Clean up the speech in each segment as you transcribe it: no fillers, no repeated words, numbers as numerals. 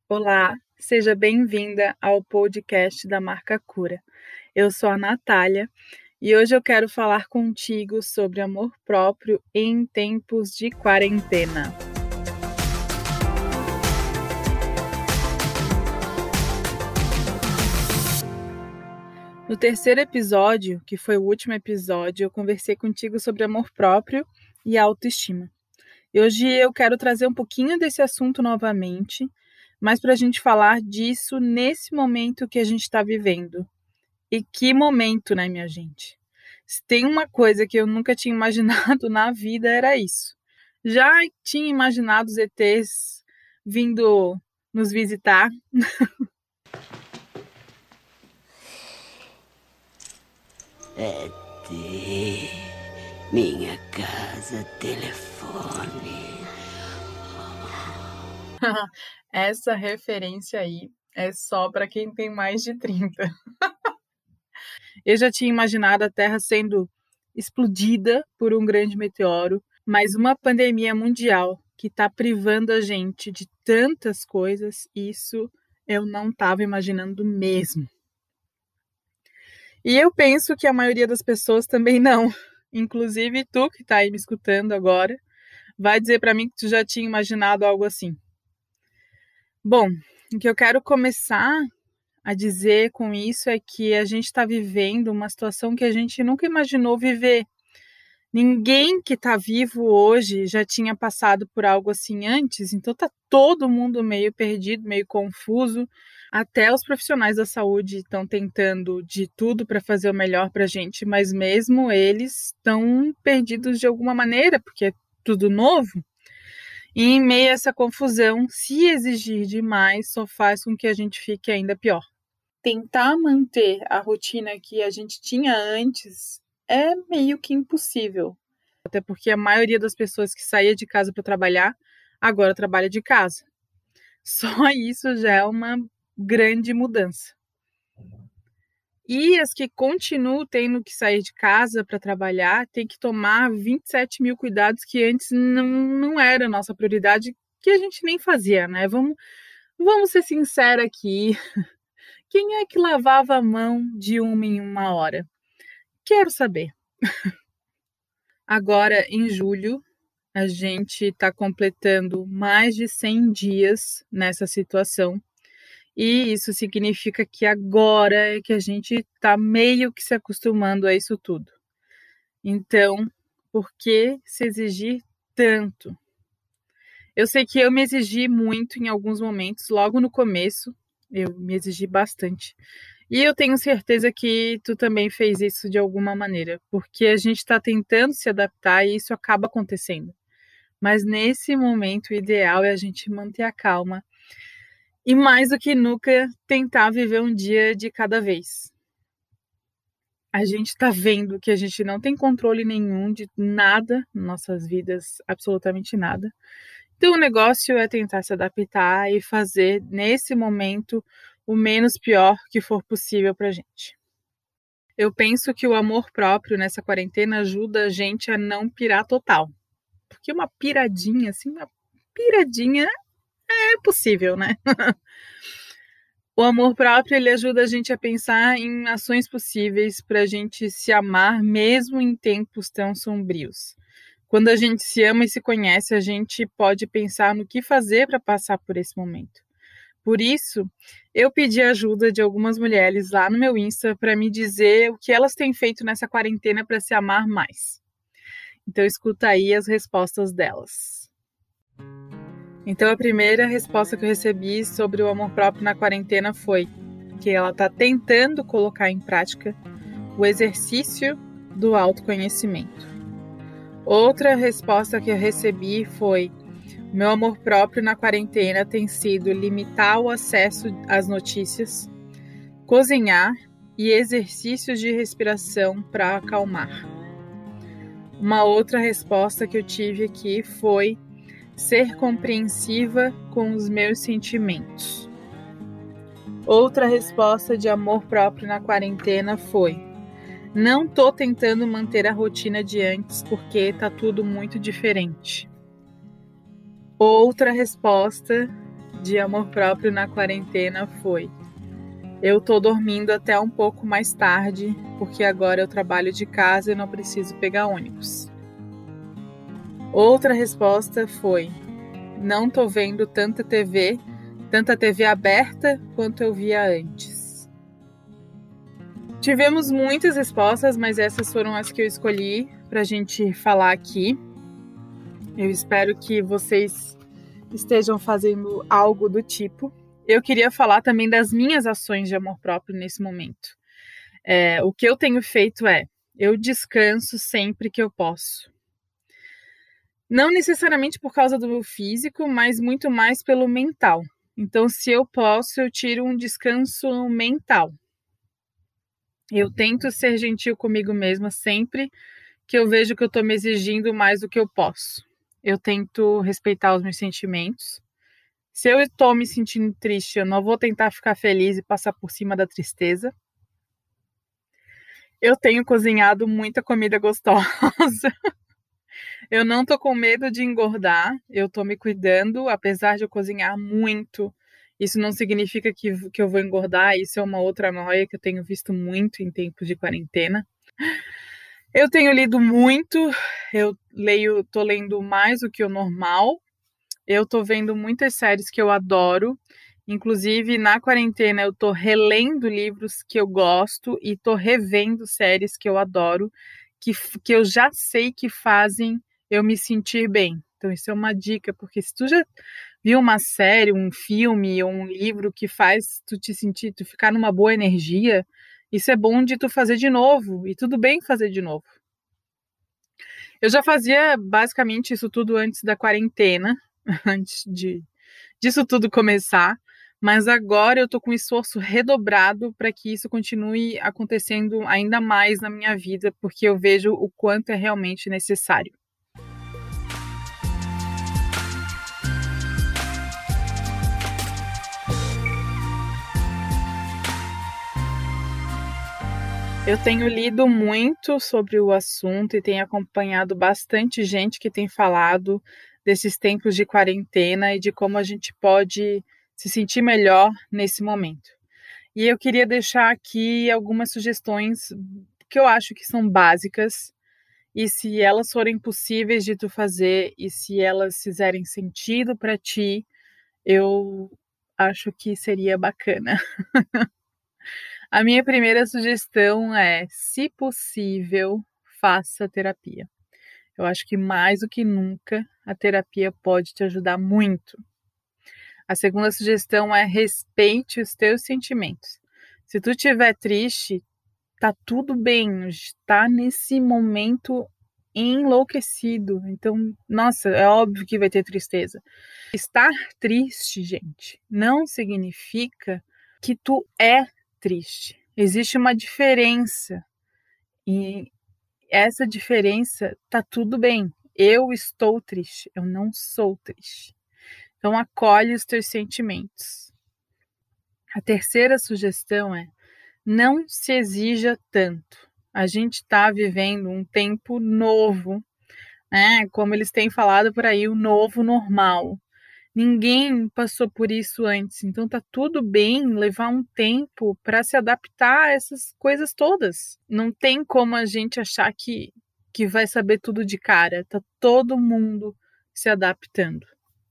Olá, seja bem-vinda ao podcast da Marca Cura. Eu sou a Natália e hoje eu quero falar contigo sobre amor próprio em tempos de quarentena. No terceiro episódio, que foi o último episódio, eu conversei contigo sobre amor próprio e autoestima. E hoje eu quero trazer um pouquinho desse assunto novamente, mas para a gente falar disso nesse momento que a gente está vivendo. E que momento, né, minha gente? Se tem uma coisa que eu nunca tinha imaginado na vida, era isso. Já tinha imaginado os ETs vindo nos visitar. ET, minha casa, telefone. Essa referência aí é só para quem tem mais de 30. Eu já tinha imaginado a Terra sendo explodida por um grande meteoro, mas uma pandemia mundial que está privando a gente de tantas coisas, isso eu não estava imaginando mesmo. E eu penso que a maioria das pessoas também não. Inclusive tu que está aí me escutando agora, vai dizer para mim que tu já tinha imaginado algo assim. Bom, o que eu quero começar a dizer com isso é que a gente está vivendo uma situação que a gente nunca imaginou viver. Ninguém que está vivo hoje já tinha passado por algo assim antes, então tá todo mundo meio perdido, meio confuso. Até os profissionais da saúde estão tentando de tudo para fazer o melhor para a gente, mas mesmo eles estão perdidos de alguma maneira, porque é tudo novo. E em meio a essa confusão, se exigir demais, só faz com que a gente fique ainda pior. Tentar manter a rotina que a gente tinha antes é meio que impossível. Até porque a maioria das pessoas que saía de casa para trabalhar, agora trabalha de casa. Só isso já é uma grande mudança. E as que continuam tendo que sair de casa para trabalhar, tem que tomar 27 mil cuidados que antes não era a nossa prioridade, que a gente nem fazia, né? Vamos ser sinceros aqui. Quem é que lavava a mão de uma em uma hora? Quero saber. Agora, em julho, a gente está completando mais de 100 dias nessa situação. E isso significa que agora é que a gente está meio que se acostumando a isso tudo. Então, por que se exigir tanto? Eu sei que eu me exigi muito em alguns momentos, logo no começo, eu me exigi bastante. E eu tenho certeza que tu também fez isso de alguma maneira, porque a gente está tentando se adaptar e isso acaba acontecendo. Mas nesse momento, o ideal é a gente manter a calma e, mais do que nunca, tentar viver um dia de cada vez. A gente está vendo que a gente não tem controle nenhum de nada em nossas vidas, absolutamente nada. Então, o negócio é tentar se adaptar e fazer, nesse momento, o menos pior que for possível para a gente. Eu penso que o amor próprio nessa quarentena ajuda a gente a não pirar total. Porque uma piradinha, assim, uma piradinha é possível, né? O amor próprio, ele ajuda a gente a pensar em ações possíveis para a gente se amar mesmo em tempos tão sombrios. Quando a gente se ama e se conhece, a gente pode pensar no que fazer para passar por esse momento. Por isso, eu pedi ajuda de algumas mulheres lá no meu Insta para me dizer o que elas têm feito nessa quarentena para se amar mais. Então, escuta aí as respostas delas. Então, a primeira resposta que eu recebi sobre o amor próprio na quarentena foi que ela está tentando colocar em prática o exercício do autoconhecimento. Outra resposta que eu recebi foi: meu amor próprio na quarentena tem sido limitar o acesso às notícias, cozinhar e exercícios de respiração para acalmar. Uma outra resposta que eu tive aqui foi ser compreensiva com os meus sentimentos. Outra resposta de amor próprio na quarentena foi: não tô tentando manter a rotina de antes porque tá tudo muito diferente. Outra resposta de amor próprio na quarentena foi: eu tô dormindo até um pouco mais tarde, porque agora eu trabalho de casa e não preciso pegar ônibus. Outra resposta foi: não tô vendo tanta TV aberta quanto eu via antes. Tivemos muitas respostas, mas essas foram as que eu escolhi pra gente falar aqui. Eu espero que vocês estejam fazendo algo do tipo. Eu queria falar também das minhas ações de amor próprio nesse momento. O que eu tenho feito eu descanso sempre que eu posso. Não necessariamente por causa do meu físico, mas muito mais pelo mental. Então, se eu posso, eu tiro um descanso mental. Eu tento ser gentil comigo mesma sempre que eu vejo que eu estou me exigindo mais do que eu posso. Eu tento respeitar os meus sentimentos. Se eu estou me sentindo triste, eu não vou tentar ficar feliz e passar por cima da tristeza. Eu tenho cozinhado muita comida gostosa. Eu não tô com medo de engordar, eu tô me cuidando, apesar de eu cozinhar muito. Isso não significa que eu vou engordar, isso é uma outra noia que eu tenho visto muito em tempos de quarentena. Eu tenho lido muito, tô lendo mais do que o normal. Eu tô vendo muitas séries que eu adoro. Inclusive, na quarentena, eu tô relendo livros que eu gosto e tô revendo séries que eu adoro, que eu já sei que fazem eu me sentir bem. Então, isso é uma dica, porque se tu já viu uma série, um filme ou um livro que faz tu ficar numa boa energia, isso é bom de tu fazer de novo, e tudo bem fazer de novo. Eu já fazia basicamente isso tudo antes da quarentena, antes disso tudo começar, mas agora eu tô com um esforço redobrado para que isso continue acontecendo ainda mais na minha vida, porque eu vejo o quanto é realmente necessário. Eu tenho lido muito sobre o assunto e tenho acompanhado bastante gente que tem falado desses tempos de quarentena e de como a gente pode se sentir melhor nesse momento. E eu queria deixar aqui algumas sugestões que eu acho que são básicas, e se elas forem possíveis de tu fazer e se elas fizerem sentido para ti, eu acho que seria bacana. A minha primeira sugestão é, se possível, faça terapia. Eu acho que mais do que nunca a terapia pode te ajudar muito. A segunda sugestão é respeite os teus sentimentos. Se tu estiver triste, tá tudo bem, está nesse momento enlouquecido. Então, nossa, é óbvio que vai ter tristeza. Estar triste, gente, não significa que tu é triste. Existe uma diferença. E essa diferença tá tudo bem. Eu estou triste, eu não sou triste. Então acolhe os teus sentimentos. A terceira sugestão é: não se exija tanto. A gente está vivendo um tempo novo, né? Como eles têm falado por aí, o novo normal. Ninguém passou por isso antes, então tá tudo bem levar um tempo para se adaptar a essas coisas todas. Não tem como a gente achar que vai saber tudo de cara. Tá todo mundo se adaptando.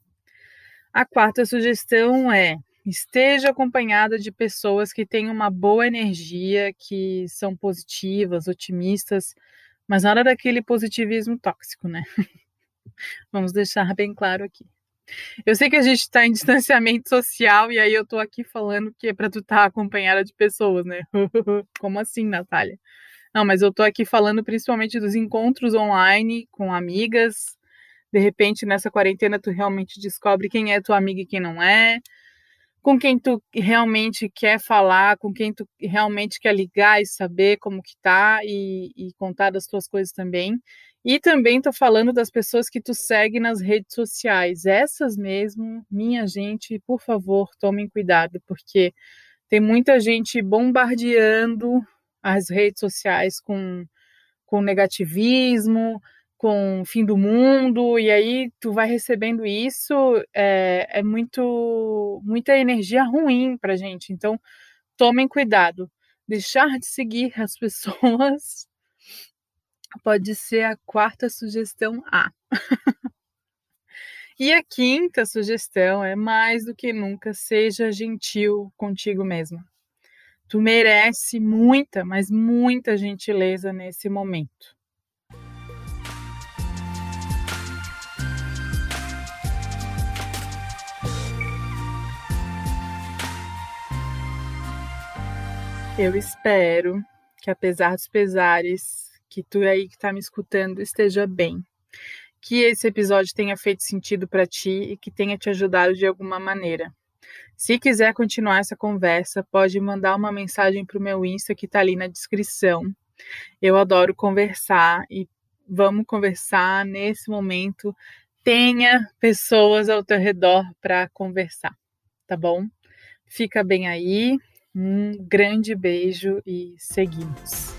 A quarta sugestão é: esteja acompanhada de pessoas que têm uma boa energia, que são positivas, otimistas, mas nada daquele positivismo tóxico, né? Vamos deixar bem claro aqui. Eu sei que a gente está em distanciamento social e aí eu tô aqui falando que é para tu estar acompanhada de pessoas, né? Como assim, Natália? Não, mas eu tô aqui falando principalmente dos encontros online com amigas. De repente, nessa quarentena, tu realmente descobre quem é tua amiga e quem não é, com quem tu realmente quer falar, com quem tu realmente quer ligar e saber como que tá e contar das tuas coisas também. E também tô falando das pessoas que tu segue nas redes sociais. Essas mesmo, minha gente, por favor, tomem cuidado, porque tem muita gente bombardeando as redes sociais com negativismo, com o fim do mundo, e aí tu vai recebendo isso, é muita energia ruim pra gente. Então, tomem cuidado. Deixar de seguir as pessoas pode ser a quarta sugestão A. E a quinta sugestão é: mais do que nunca, seja gentil contigo mesma. Tu merece muita, mas muita gentileza nesse momento. Eu espero que, apesar dos pesares, que tu aí que tá me escutando esteja bem. Que esse episódio tenha feito sentido para ti e que tenha te ajudado de alguma maneira. Se quiser continuar essa conversa, pode mandar uma mensagem para o meu Insta que tá ali na descrição. Eu adoro conversar e vamos conversar nesse momento. Tenha pessoas ao teu redor para conversar, tá bom? Fica bem aí. Um grande beijo e seguimos.